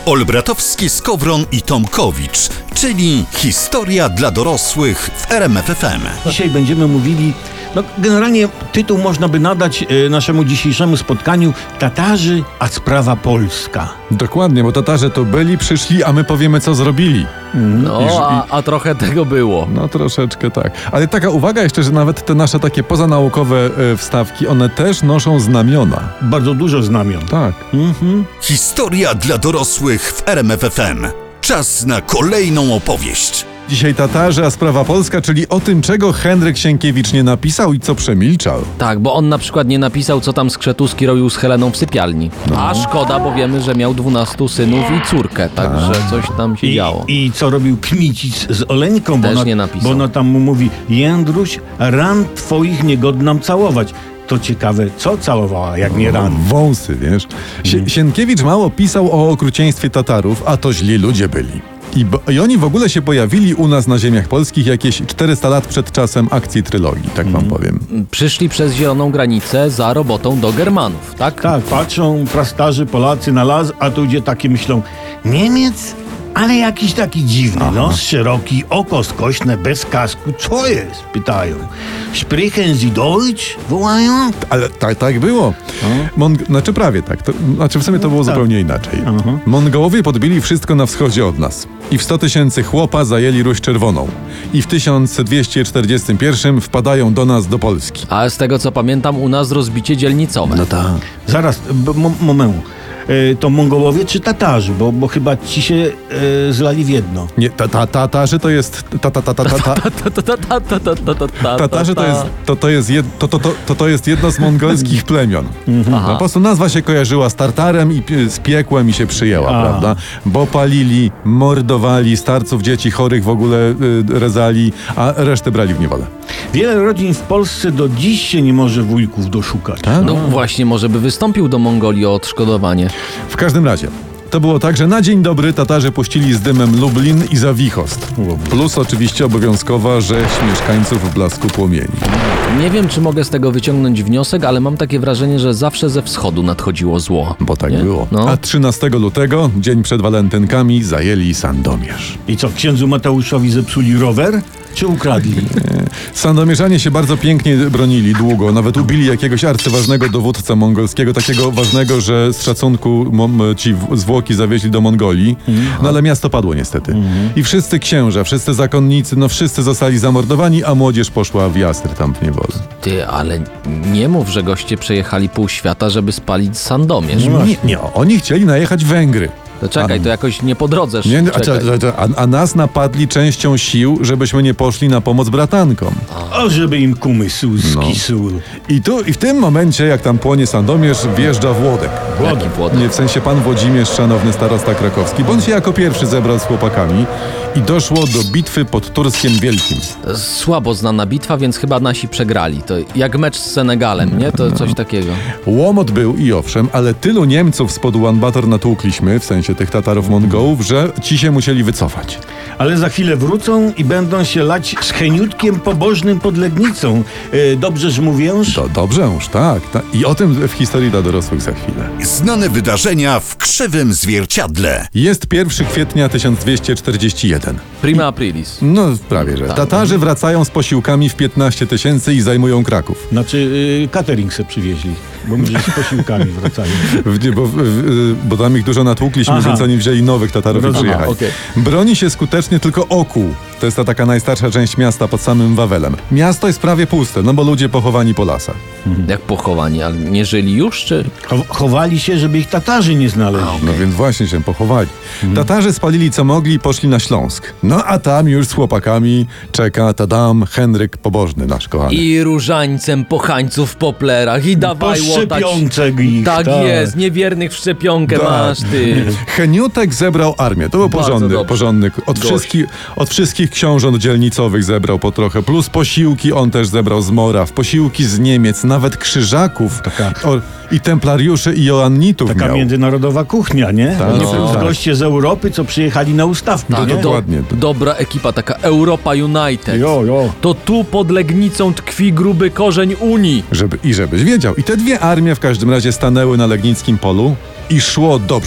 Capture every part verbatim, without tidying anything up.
Olbratowski, Skowron i Tomkowicz, czyli historia dla dorosłych w R M F F M. Dzisiaj będziemy mówili, no generalnie tytuł można by nadać y, naszemu dzisiejszemu spotkaniu Tatarzy, a sprawa polska. Dokładnie, bo Tatarzy to byli, przyszli, a my powiemy, co zrobili. No, I- a, a trochę tego było. No troszeczkę tak. Ale taka uwaga jeszcze, że nawet te nasze takie pozanaukowe e, wstawki, one też noszą znamiona. Bardzo dużo znamion. Tak. Mhm. Historia dla dorosłych w R M F F M. Czas na kolejną opowieść. Dzisiaj Tatarzy, a sprawa polska, czyli o tym, czego Henryk Sienkiewicz nie napisał i co przemilczał. Tak, bo on na przykład nie napisał, co tam Skrzetuski robił z Heleną w sypialni. A szkoda, bo wiemy, że miał dwunastu synów i córkę, także coś tam się I, działo. I co robił Kmicic z Oleńką, bo Też ona, nie napisał. bo ona tam mu mówi: Jędruś, ran twoich niegodnam całować. To ciekawe, co całowała, jak nie ran. Wąsy, wiesz. Sie- Sienkiewicz mało pisał o okrucieństwie Tatarów, a to źli ludzie byli. I, bo, I oni w ogóle się pojawili u nas na ziemiach polskich jakieś czterysta lat przed czasem akcji trylogii, tak wam powiem. Przyszli przez zieloną granicę za robotą do Germanów, tak? Tak, patrzą prastarzy Polacy na las, a tu gdzie takie myślą: Niemiec? Ale jakiś taki dziwny, nos szeroki, oko skośne, bez kasku. Co jest? Pytają. Sprechen Sie Deutsch? Wołają. Ale tak, tak było. Mong- znaczy prawie tak. To, znaczy w sumie to było tak. zupełnie inaczej. Aha. Mongołowie podbili wszystko na wschodzie od nas. I w sto tysięcy chłopa zajęli Ruś Czerwoną. I w tysiąc dwieście czterdziestym pierwszym wpadają do nas do Polski. A z tego co pamiętam, u nas rozbicie dzielnicowe. No tak. Zaraz, b- mo- moment. E, to Mongołowie czy Tatarzy? Bo, bo chyba ci się e, zlali w jedno. Nie, ta, ta, Tatarzy to jest... Ta, ta, ta, ta, ta, ta. Ta, ta, ta, ta, ta, ta, ta, ta, ta, Tatarzy to ta. jest, to, to, jest jed, to, to, to, to, to jest jedno z mongolskich plemion. No, po prostu nazwa się kojarzyła z Tartarem i pi- z piekłem i się przyjęła, A. prawda? Bo palili, mordowali, starców, dzieci chorych w ogóle y, rezali, a resztę brali w niewolę. Wiele rodzin w Polsce do dziś się nie może wujków doszukać. No właśnie, może by wystąpił do Mongolii o odszkodowanie. W każdym razie, to było tak, że na dzień dobry Tatarzy puścili z dymem Lublin i Zawichost. Plus oczywiście obowiązkowa rzeź mieszkańców w blasku płomieni. Nie wiem, czy mogę z tego wyciągnąć wniosek, ale mam takie wrażenie, że zawsze ze wschodu nadchodziło zło. Bo tak Nie? było. No. A trzynastego lutego, dzień przed walentynkami, zajęli Sandomierz. I co, księdzu Mateuszowi zepsuli rower? Czy ukradli? Sandomierzanie się bardzo pięknie bronili długo, nawet ubili jakiegoś arcyważnego dowódcę mongolskiego, takiego ważnego, że z szacunku mom- ci w- zwłoki zawieźli do Mongolii, no ale miasto padło niestety. I wszyscy księża, wszyscy zakonnicy, no wszyscy zostali zamordowani, a młodzież poszła w Jastr tam w niewolę. Ty, ale nie mów, że goście przejechali pół świata, żeby spalić Sandomierz. Nie, nie, oni chcieli najechać Węgry. To czekaj, to jakoś nie po drodze. Nie, a, czekaj. a, a, a nas napadli częścią sił, żebyśmy nie poszli na pomoc bratankom. O, żeby im kumysł No. skisł. I tu, i w tym momencie, jak tam płonie Sandomierz, wjeżdża Włodek. Jaki Włodek? Nie, w sensie pan Włodzimierz, szanowny starosta krakowski, bo on się jako pierwszy zebrał z chłopakami i doszło do bitwy pod Turskiem Wielkim. Słabo znana bitwa, więc chyba nasi przegrali. To jak mecz z Senegalem, nie? To coś takiego. Łomot był i owszem, ale tylu Niemców spod Ulaanbaatar natłukliśmy, w sensie tych Tatarów Mongołów, że ci się musieli wycofać. Ale za chwilę wrócą i będą się lać z cheniutkiem pobożnym pod Legnicą. E, dobrzeż mówię? To dobrze już, tak, tak. I o tym w historii dla dorosłych za chwilę. Znane wydarzenia w krzywym zwierciadle. Jest pierwszego kwietnia tysiąc dwieście czterdziesty jeden. Prima aprilis. No, prawie że. Tatarzy wracają z posiłkami w piętnaście tysięcy i zajmują Kraków. Znaczy, y, catering se przywieźli, bo może z posiłkami wracają. W, nie, bo, w, w, bo tam ich dużo natłukliśmy, Aha. więc oni wzięli nowych Tatarów i Rozumiem, przyjechali. okej. Broni się skutecznie tylko Okół. To jest ta taka najstarsza część miasta pod samym Wawelem. Miasto jest prawie puste, no bo ludzie pochowani po lasach. Jak pochowani, ale nie żyli już, czy? Chow- chowali się, żeby ich Tatarzy nie znaleźli. No więc właśnie się pochowali. Tatarzy spalili co mogli i poszli na Śląsk. No a tam już z chłopakami czeka tadam Henryk Pobożny, nasz kochany. I różańcem pochańców w poplerach i dawaj Po łotać. szczepionce ich. Tak jest, niewiernych w szczepionkę Tak. masz ty. Heniutek zebrał armię. To był Bardzo porządny, dobrze. porządny. Od Gość. wszystkich, od wszystkich książąt dzielnicowych zebrał po trochę. Plus posiłki on też zebrał z Moraw. Posiłki z Niemiec, nawet krzyżaków. Taka- O, I templariuszy i joannitów Taka miał. międzynarodowa kuchnia, nie? Tak, nie no. plus tak. goście z Europy, co przyjechali na ustawki, Tak, nie? do, dokładnie. dobra ekipa, taka Europa United. Jo, jo. To tu pod Legnicą tkwi gruby korzeń Unii. Żeby, I żebyś wiedział. I te dwie armie w każdym razie stanęły na Legnickim Polu i szło dobrze.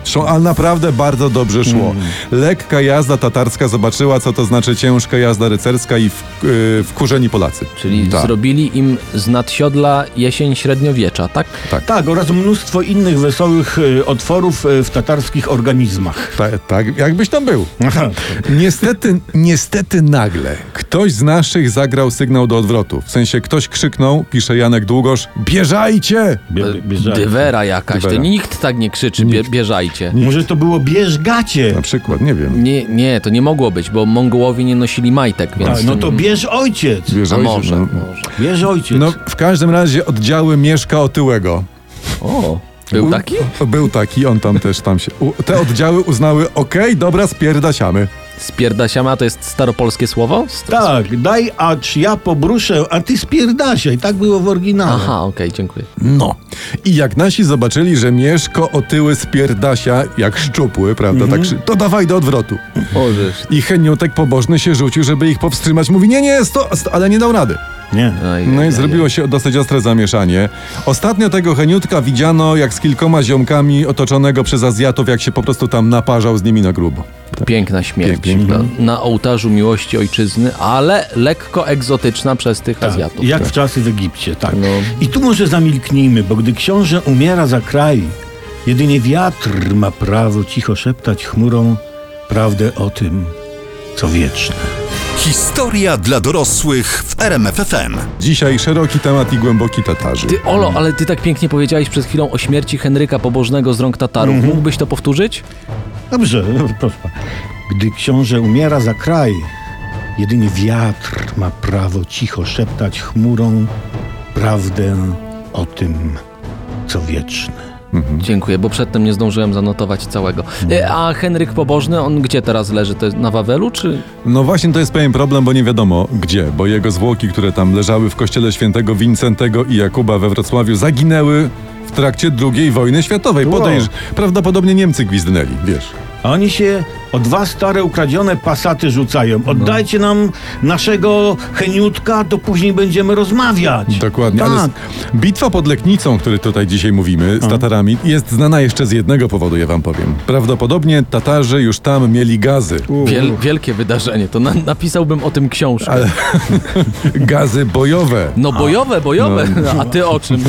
Szło, ale naprawdę bardzo dobrze szło. Lekka jazda tatarska zobaczyła, co to znaczy ciężka jazda rycerska i w, yy, wkurzeni Polacy. Czyli Tak. zrobili im z nadsiodla jesień średniowiecza, tak? Tak, oraz mnóstwo innych wesołych y, otworów y, w tatarskich organizmach. Tak, tak, jakbyś tam był. Niestety, niestety nagle ktoś z naszych zagrał sygnał do odwrotu. W sensie ktoś krzyknął, pisze Janek Długosz, bieżajcie! Bie, bieża- Dywera jakaś, Dywera. to nikt tak nie krzyczy, bie, bieżajcie. Może to było bieżgacie. Na przykład, nie wiem. Nie, nie, to nie mogło być, bo Mongołowie nie nosili majtek, więc... Tak, no to bierz ojciec. A Bieżajcie, może, no. może. Bierz ojciec. No, w każdym razie oddziały Mieszka Otyłego. O, był taki? U, był taki, on tam też tam się... U, te oddziały uznały, okej, dobra, spierdasiamy. Spierdasiama to jest staropolskie słowo? St- Tak, daj acz ja pobruszę, a ty spierdasiaj. Tak było w oryginale. Aha, okej, dziękuję. No. I jak nasi zobaczyli, że Mieszko Otyły spierdasia, jak szczupły, prawda, Mhm. tak, szy- to dawaj do odwrotu. Ożysz. I Heniutek pobożny się rzucił, żeby ich powstrzymać. Mówi, nie, nie, sto, sto, ale nie dał rady. Nie. No i zrobiło się dosyć ostre zamieszanie. Ostatnio tego Heniutka widziano jak z kilkoma ziomkami otoczonego przez Azjatów, jak się po prostu tam naparzał z nimi na grubo. Piękna śmierć. Piękna. Na, na ołtarzu miłości ojczyzny, ale lekko egzotyczna przez tych Tak, Azjatów. jak w czasy w Egipcie, tak. No. I tu może zamilknijmy, bo gdy książę umiera za kraj, jedynie wiatr ma prawo cicho szeptać chmurą prawdę o tym, co wieczne. Historia dla dorosłych w R M F F M. Dzisiaj szeroki temat i głęboki Tatarzy. Ty, Olo, ale ty tak pięknie powiedziałeś przed chwilą o śmierci Henryka Pobożnego z rąk Tatarów. Mhm. Mógłbyś to powtórzyć? Dobrze, proszę. Gdy książę umiera za kraj, jedynie wiatr ma prawo cicho szeptać chmurą prawdę o tym, co wieczne. Dziękuję, bo przedtem nie zdążyłem zanotować całego. E, A Henryk Pobożny, on gdzie teraz leży? To jest na Wawelu, czy... No właśnie to jest pewien problem, bo nie wiadomo gdzie, bo jego zwłoki, które tam leżały w kościele świętego Wincentego i Jakuba we Wrocławiu, zaginęły w trakcie drugiej wojny światowej. Wow. Podejrz, prawdopodobnie Niemcy gwizdnęli, wiesz. A oni się o dwa stare ukradzione pasaty rzucają. Oddajcie nam naszego Heniutka, to później będziemy rozmawiać. Dokładnie, ale Tak. s- bitwa pod Leknicą, o której tutaj dzisiaj mówimy, z Tatarami, jest znana jeszcze z jednego powodu, ja wam powiem. Prawdopodobnie Tatarzy już tam mieli gazy. Wiel, wielkie wydarzenie, to na, napisałbym o tym książkę. Ale gazy bojowe. No bojowe, bojowe. A ty o czym?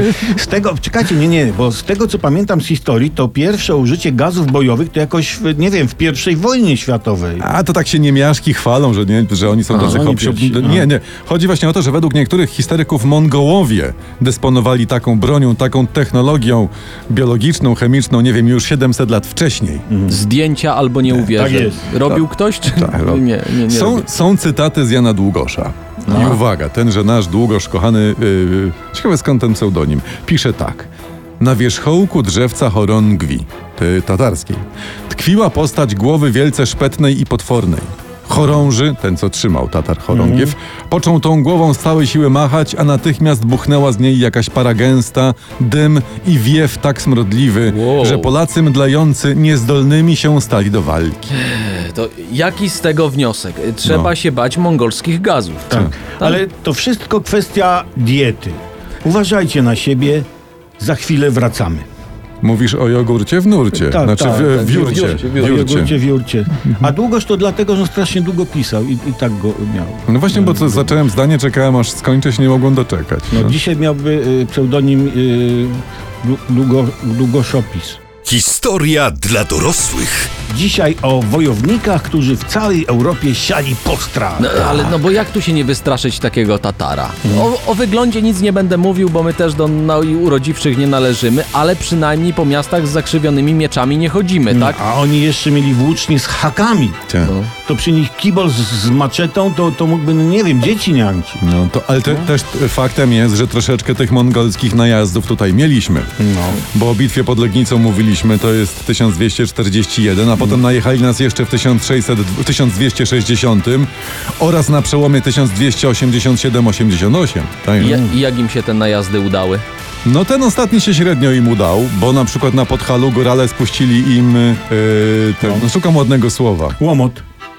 Z tego, czekajcie, nie, nie, bo z tego co pamiętam z historii, to pierwsze użycie gazów bojowych to jakoś, w, nie wiem, w pierwszej wojnie światowej. A to tak się niemiaszki chwalą, że, nie, że oni są tacy oni hopsiu. pierwsi, Nie, nie. Chodzi właśnie o to, że według niektórych historyków Mongołowie dysponowali taką bronią, taką technologią biologiczną, chemiczną, nie wiem, już siedemset lat wcześniej. Zdjęcia albo nie uwierzę. tak jest. Robił ktoś, czy... Tak, rob- nie, nie, nie Są, robił. są cytaty z Jana Długosza. I uwaga, tenże nasz Długosz, kochany, yy, ciekawe skąd ten pseudonim, pisze tak. Na wierzchołku drzewca chorągwi, tej tatarskiej, tkwiła postać głowy wielce szpetnej i potwornej. Chorąży, ten co trzymał Tatar chorągiew, począł tą głową z całej siły machać, a natychmiast buchnęła z niej jakaś para gęsta, dym i wiew tak smrodliwy, Wow. że Polacy mdlający niezdolnymi się stali do walki. To jaki z tego wniosek? Trzeba No. się bać mongolskich gazów. Tak. Ale to wszystko kwestia diety. Uważajcie na siebie, za chwilę wracamy. Mówisz o jogurcie w nurcie, Tak, znaczy tak, w, tak, w jurcie. wiórcie, w wiórcie. jurcie. Jogurcie, wiórcie. A długoż to dlatego, że on strasznie długo pisał i, i tak go miał. No właśnie, bo co, zacząłem zdanie, czekałem aż skończę, się nie mogłem doczekać. No, No. dzisiaj miałby y, pseudonim y, dłu- długo, długoszopis. Historia dla dorosłych. Dzisiaj o wojownikach, którzy w całej Europie siali postrach. No, ale no bo jak tu się nie wystraszyć takiego Tatara? O, o wyglądzie nic nie będę mówił, bo my też do najurodziwszych nie należymy, ale przynajmniej po miastach z zakrzywionymi mieczami nie chodzimy, tak? A oni jeszcze mieli włócznie z hakami. Cie. No. To przy nich kibol z, z maczetą, to, to mógłby, no nie wiem, dzieci niańczyć. No to, ale te, też faktem jest, że troszeczkę tych mongolskich najazdów tutaj mieliśmy. No. Bo o bitwie pod Legnicą mówiliśmy, to jest tysiąc dwieście czterdzieści jeden, a potem najechali nas jeszcze w tysiąc sześćset, tysiąc dwieście sześćdziesiątym oraz na przełomie tysiąc dwieście osiemdziesiąt siedem osiemdziesiąt osiem. Tak? I, ja- I jak im się te najazdy udały? No ten ostatni się średnio im udał, bo na przykład na Podhalu górale spuścili im, yy, ten, no. szukam ładnego słowa, Łomot.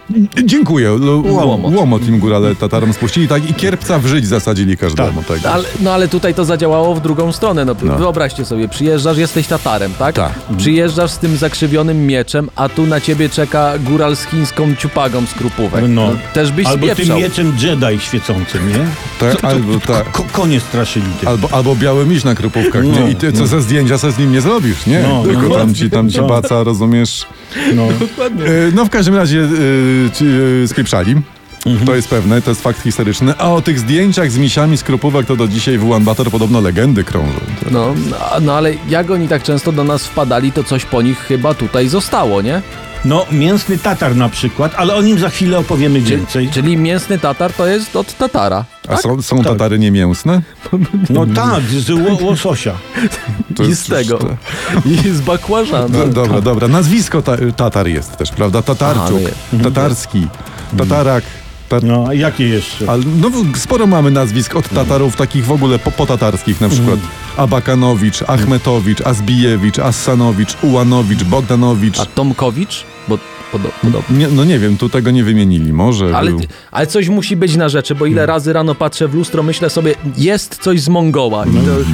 Dziękuję. L- Łomot. Łomot im górale Tatarom spuścili, tak, i kierpca w żyć zasadzili każdemu. Tak. Ale, no ale tutaj to zadziałało w drugą stronę. No, No. Wyobraźcie sobie, przyjeżdżasz, jesteś Tatarem, tak? Tak. Przyjeżdżasz z tym zakrzywionym mieczem, a tu na ciebie czeka góral z chińską ciupagą z krupówek. No. Też byś Albo tym spieprzał. mieczem Jedi świecącym, nie? Tak, Co- to- albo to- tak. ko- konie straszyli tym. Albo, albo biały miś na krupówkach, No, nie? I ty co no. ze zdjęcia se z nim nie zrobisz, nie? No, Tylko no. tam ci, tam ci No. baca, rozumiesz? No. E, No w każdym razie e, ci, e, spieprzali. Mhm. To jest pewne, to jest fakt historyczny. A o tych zdjęciach z misiami z krupówek to do dzisiaj w Ulaanbaatar podobno legendy krążą. No, no, no ale jak oni tak często do nas wpadali, to coś po nich chyba tutaj zostało, nie? No, mięsny tatar na przykład, ale o nim za chwilę opowiemy więcej. Czyli mięsny tatar to jest od tatara. A są, są Tak. tatary niemięsne? No tak, z ło- łososia. To I jest- z tego. to- I z bakłażanu. No, dobra, dobra. Nazwisko ta, Tatar jest też, prawda? Tatarczuk, Aha, no jest. Tatarski, Tatarak. Tar... No, a jakie jeszcze? Ale no, sporo mamy nazwisk od Tatarów, takich w ogóle po, potatarskich, na przykład Abakanowicz, Achmetowicz, Azbijewicz, Assanowicz, Ułanowicz, Bogdanowicz. A Tomkowicz? Bo podo- podobno. Nie, no nie wiem, tu tego nie wymienili, może Ale, był. ale coś musi być na rzeczy, bo ile razy rano patrzę w lustro, myślę sobie, jest coś z Mongoła. I to już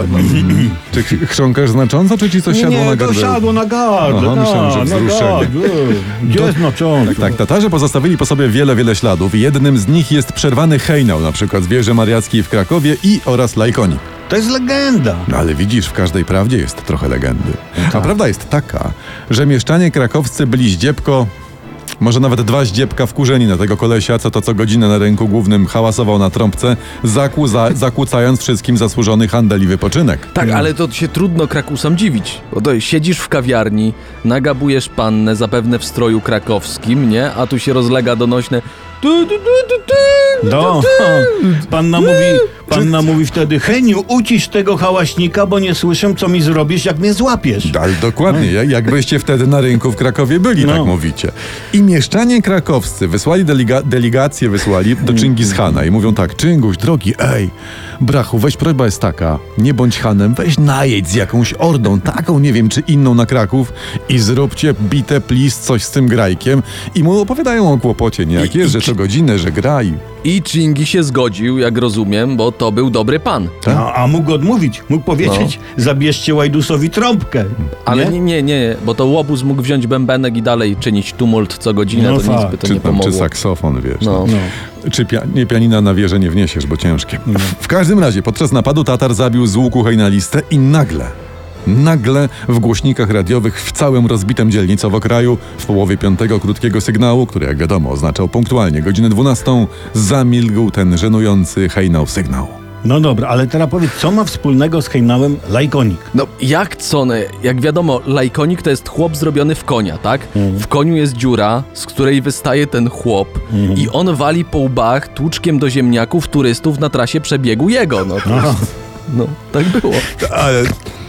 Czy ch- chrząkasz znacząco, czy ci coś Nie, siadło nie, na to gardle? siadło na gardle. Aha, myślałem, że na wzruszenie. gardle. Gdzie jest znacząco? Tak, Tatarzy pozostawili po sobie wiele, wiele śladów. Jednym z nich jest przerwany hejnał, na przykład z wieży mariackiej w Krakowie i oraz Lajkonik. To jest legenda. No ale widzisz, w każdej prawdzie jest trochę legendy. A prawda jest taka, że mieszczanie krakowscy byli zdziepko, może nawet dwa zdziepka wkurzeni na tego kolesia, co to co godzinę na rynku głównym hałasował na trąbce, zakłuza, zakłócając wszystkim zasłużony handel i wypoczynek. Tak, ale to się trudno Krakusom dziwić. Bo to siedzisz w kawiarni, nagabujesz pannę, zapewne w stroju krakowskim, nie? A tu się rozlega donośne tu, tu, tu, tu, tu, No, panna mówi, panna mówi wtedy, Heniu, ucisz tego hałaśnika, bo nie słyszę, co mi zrobisz, jak mnie złapiesz. Ale dokładnie, jak- jakbyście wtedy na rynku w Krakowie byli, No. tak mówicie. I mieszczanie krakowscy wysłali delega- delegację, wysłali do Chingishana i mówią tak: Czynguś, drogi, ej, brachu, weź, prośba jest taka, nie bądź hanem, weź najedź z jakąś ordą, taką, nie wiem, czy inną na Kraków i zróbcie bite plis coś z tym grajkiem i mu opowiadają o kłopocie, nie? Jak I- jest, i- że co godzinę, że graj. I Chingi się zgodził, jak rozumiem, bo to był dobry pan. A, a mógł odmówić, mógł powiedzieć, zabierzcie Łajdusowi trąbkę. Ale Nie? nie, nie, nie, bo to łobuz mógł wziąć bębenek i dalej czynić tumult co godzinę, No to nic fakt. by to Czy nie tam, pomogło. czy saksofon, wiesz. No. No. Czy pia- nie, pianina na wieżę nie wniesiesz, bo ciężkie. W każdym razie, podczas napadu Tatar zabił z łuku hejnalistę i nagle, nagle w głośnikach radiowych w całym rozbitym dzielnicowo kraju w połowie piątego krótkiego sygnału, który jak wiadomo oznaczał punktualnie godzinę dwunastą, zamilgł ten żenujący hejnał sygnał. No dobra, ale teraz powiedz, co ma wspólnego z hejnałem Lajkonik? No jak co? No, jak wiadomo, lajkonik to jest chłop zrobiony w konia, tak? W koniu jest dziura, z której wystaje ten chłop i on wali po łbach tłuczkiem do ziemniaków turystów na trasie przebiegu jego. No, to Aha. jest, no tak było. Ale...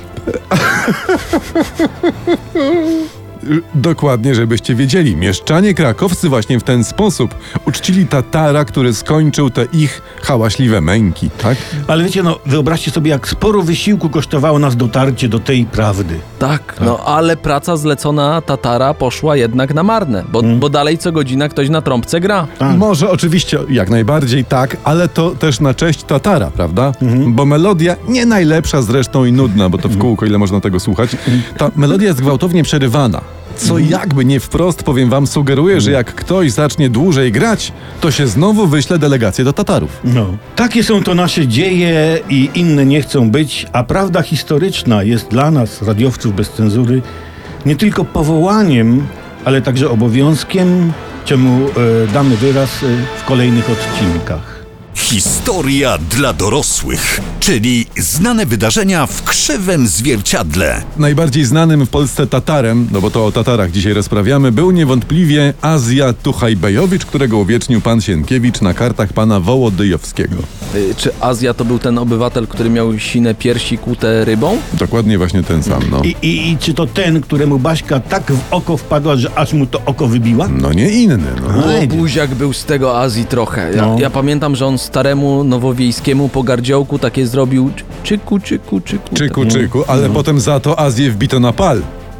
Dokładnie, żebyście wiedzieli. Mieszczanie krakowscy właśnie w ten sposób uczcili Tatara, który skończył te ich hałaśliwe męki, tak? Ale wiecie, no wyobraźcie sobie, jak sporo wysiłku kosztowało nas dotarcie do tej prawdy. Tak, no ale praca zlecona Tatara poszła jednak na marne, bo, bo dalej co godzina ktoś na trąbce gra. Tak. Może oczywiście, jak najbardziej tak, ale to też na cześć Tatara, prawda? Bo melodia nie najlepsza zresztą i nudna, bo to w kółko, ile można tego słuchać. Ta melodia jest gwałtownie przerywana. Co jakby nie wprost, powiem wam, sugeruje, że jak ktoś zacznie dłużej grać, to się znowu wyśle delegację do Tatarów. No. Takie są to nasze dzieje i inne nie chcą być, a prawda historyczna jest dla nas, radiowców bez cenzury, nie tylko powołaniem, ale także obowiązkiem, czemu e, damy wyraz e, w kolejnych odcinkach. Historia dla dorosłych, czyli znane wydarzenia w krzywym zwierciadle. Najbardziej znanym w Polsce Tatarem, no bo to o Tatarach dzisiaj rozprawiamy, był niewątpliwie Azja Tuchajbejowicz, którego uwiecznił pan Sienkiewicz na kartach pana Wołodyjowskiego. Y, Czy Azja to był ten obywatel, który miał sine piersi kłute rybą? Dokładnie właśnie ten sam, no. I, i, I czy to ten, któremu Baśka tak w oko wpadła, że aż mu to oko wybiła? No nie inny, no. No. O, buziak był z tego Azji trochę. Ja, No. ja pamiętam, że on staremu nowowiejskiemu pogardziołku takie zrobił czyku, czyku, czyku. Czyku, czyku, ale potem za to Azję wbito na pal.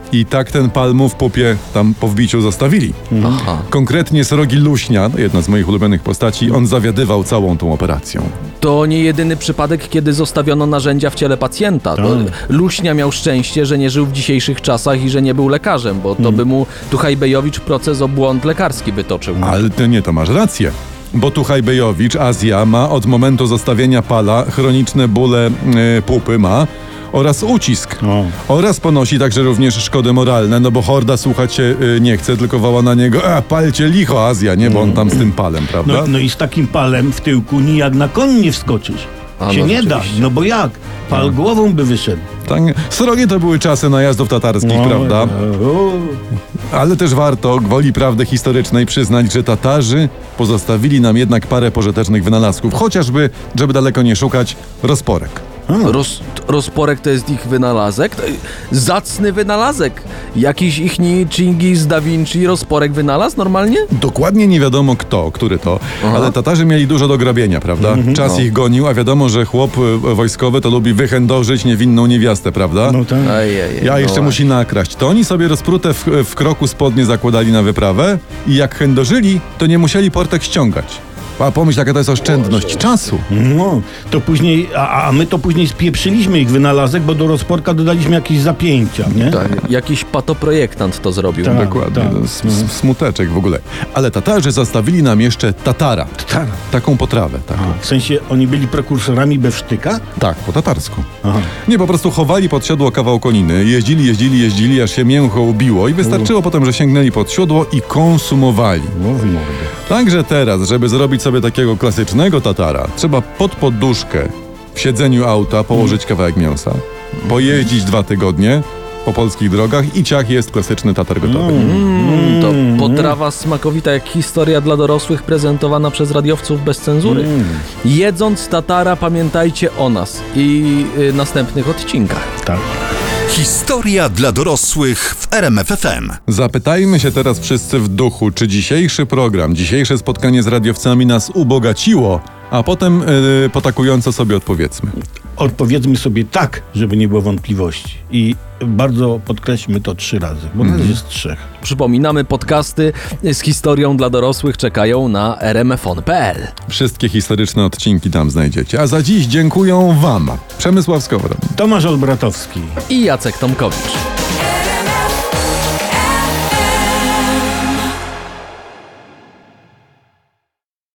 I tak ten pal mu w pupie tam po wbiciu zostawili. Aha. Konkretnie Srogi Luśnia, jedna z moich ulubionych postaci, on zawiadywał całą tą operacją. To nie jedyny przypadek, kiedy zostawiono narzędzia w ciele pacjenta. To Luśnia miał szczęście, że nie żył w dzisiejszych czasach i że nie był lekarzem, bo to by mu Tuchajbejowicz proces o błąd lekarski wytoczył. Ale ty nie, to masz rację. Bo Tuchajbejowicz, Azja, ma od momentu zostawienia pala chroniczne bóle e, pupy ma oraz ucisk. O. Oraz ponosi także również szkody moralne, no bo horda słuchać się y, nie chce, tylko woła na niego: a, palcie licho, Azja, nie? Bo on tam z tym palem, prawda? No, no i z takim palem w tyłku nijak na koń nie wskoczysz. A, się no nie da, rzeczywiście. no bo jak? Pal głową by wyszedł. Tak, srogie to były czasy najazdów tatarskich, prawda? O, Ale też warto, gwoli prawdy historycznej, przyznać, że Tatarzy pozostawili nam jednak parę pożytecznych wynalazków, chociażby, żeby daleko nie szukać, rozporek. Roz, rozporek to jest ich wynalazek? To zacny wynalazek. Jakiś ichni Chingis da Vinci rozporek wynalazł normalnie? Dokładnie nie wiadomo kto, który to, Aha. ale Tatarzy mieli dużo do grabienia, prawda? Czas No. ich gonił, a wiadomo, że chłop y, wojskowy to lubi wychędożyć niewinną niewiastę, prawda? no tak. Ejej, Ja no jeszcze właśnie. musi nakraść. To oni sobie rozprute w, w kroku spodnie zakładali na wyprawę i jak chędożyli, to nie musieli portek ściągać. A pomyśl, jaka to jest oszczędność czasu. No, to później, a, a my to później spieprzyliśmy ich wynalazek, bo do rozporka dodaliśmy jakieś zapięcia, nie? Tak, jakiś patoprojektant to zrobił. Tak. Dokładnie, tak. to s- s- smuteczek w ogóle. Ale Tatarzy zostawili nam jeszcze tatara. Tak. Taką potrawę, taką. W sensie oni byli prekursorami bewsztyka? Tak, po tatarsku. Aha. Nie, po prostu chowali pod siodło kawał koniny, jeździli, jeździli, jeździli, aż się mięcho ubiło i wystarczyło potem, że sięgnęli pod siodło i konsumowali. No w mordę. Także teraz, żeby zrobić sobie takiego klasycznego tatara, trzeba pod poduszkę w siedzeniu auta położyć kawałek mięsa, pojeździć dwa tygodnie po polskich drogach i ciach, jest klasyczny tatar gotowy. Mm, to potrawa smakowita jak historia dla dorosłych prezentowana przez radiowców bez cenzury. Jedząc tatara pamiętajcie o nas i y, następnych odcinkach. Tak. Historia dla dorosłych w R M F F M. Zapytajmy się teraz wszyscy w duchu, czy dzisiejszy program, dzisiejsze spotkanie z radiowcami nas ubogaciło, a potem yy, potakująco sobie odpowiedzmy. Odpowiedzmy sobie tak, żeby nie było wątpliwości. I bardzo podkreślmy to trzy razy, bo nas jest trzech. Przypominamy, podcasty z historią dla dorosłych czekają na r m f on kropka p l. Wszystkie historyczne odcinki tam znajdziecie. A za dziś dziękuję wam. Przemysław Skowron. Tomasz Olbratowski. I Jacek Tomkowicz.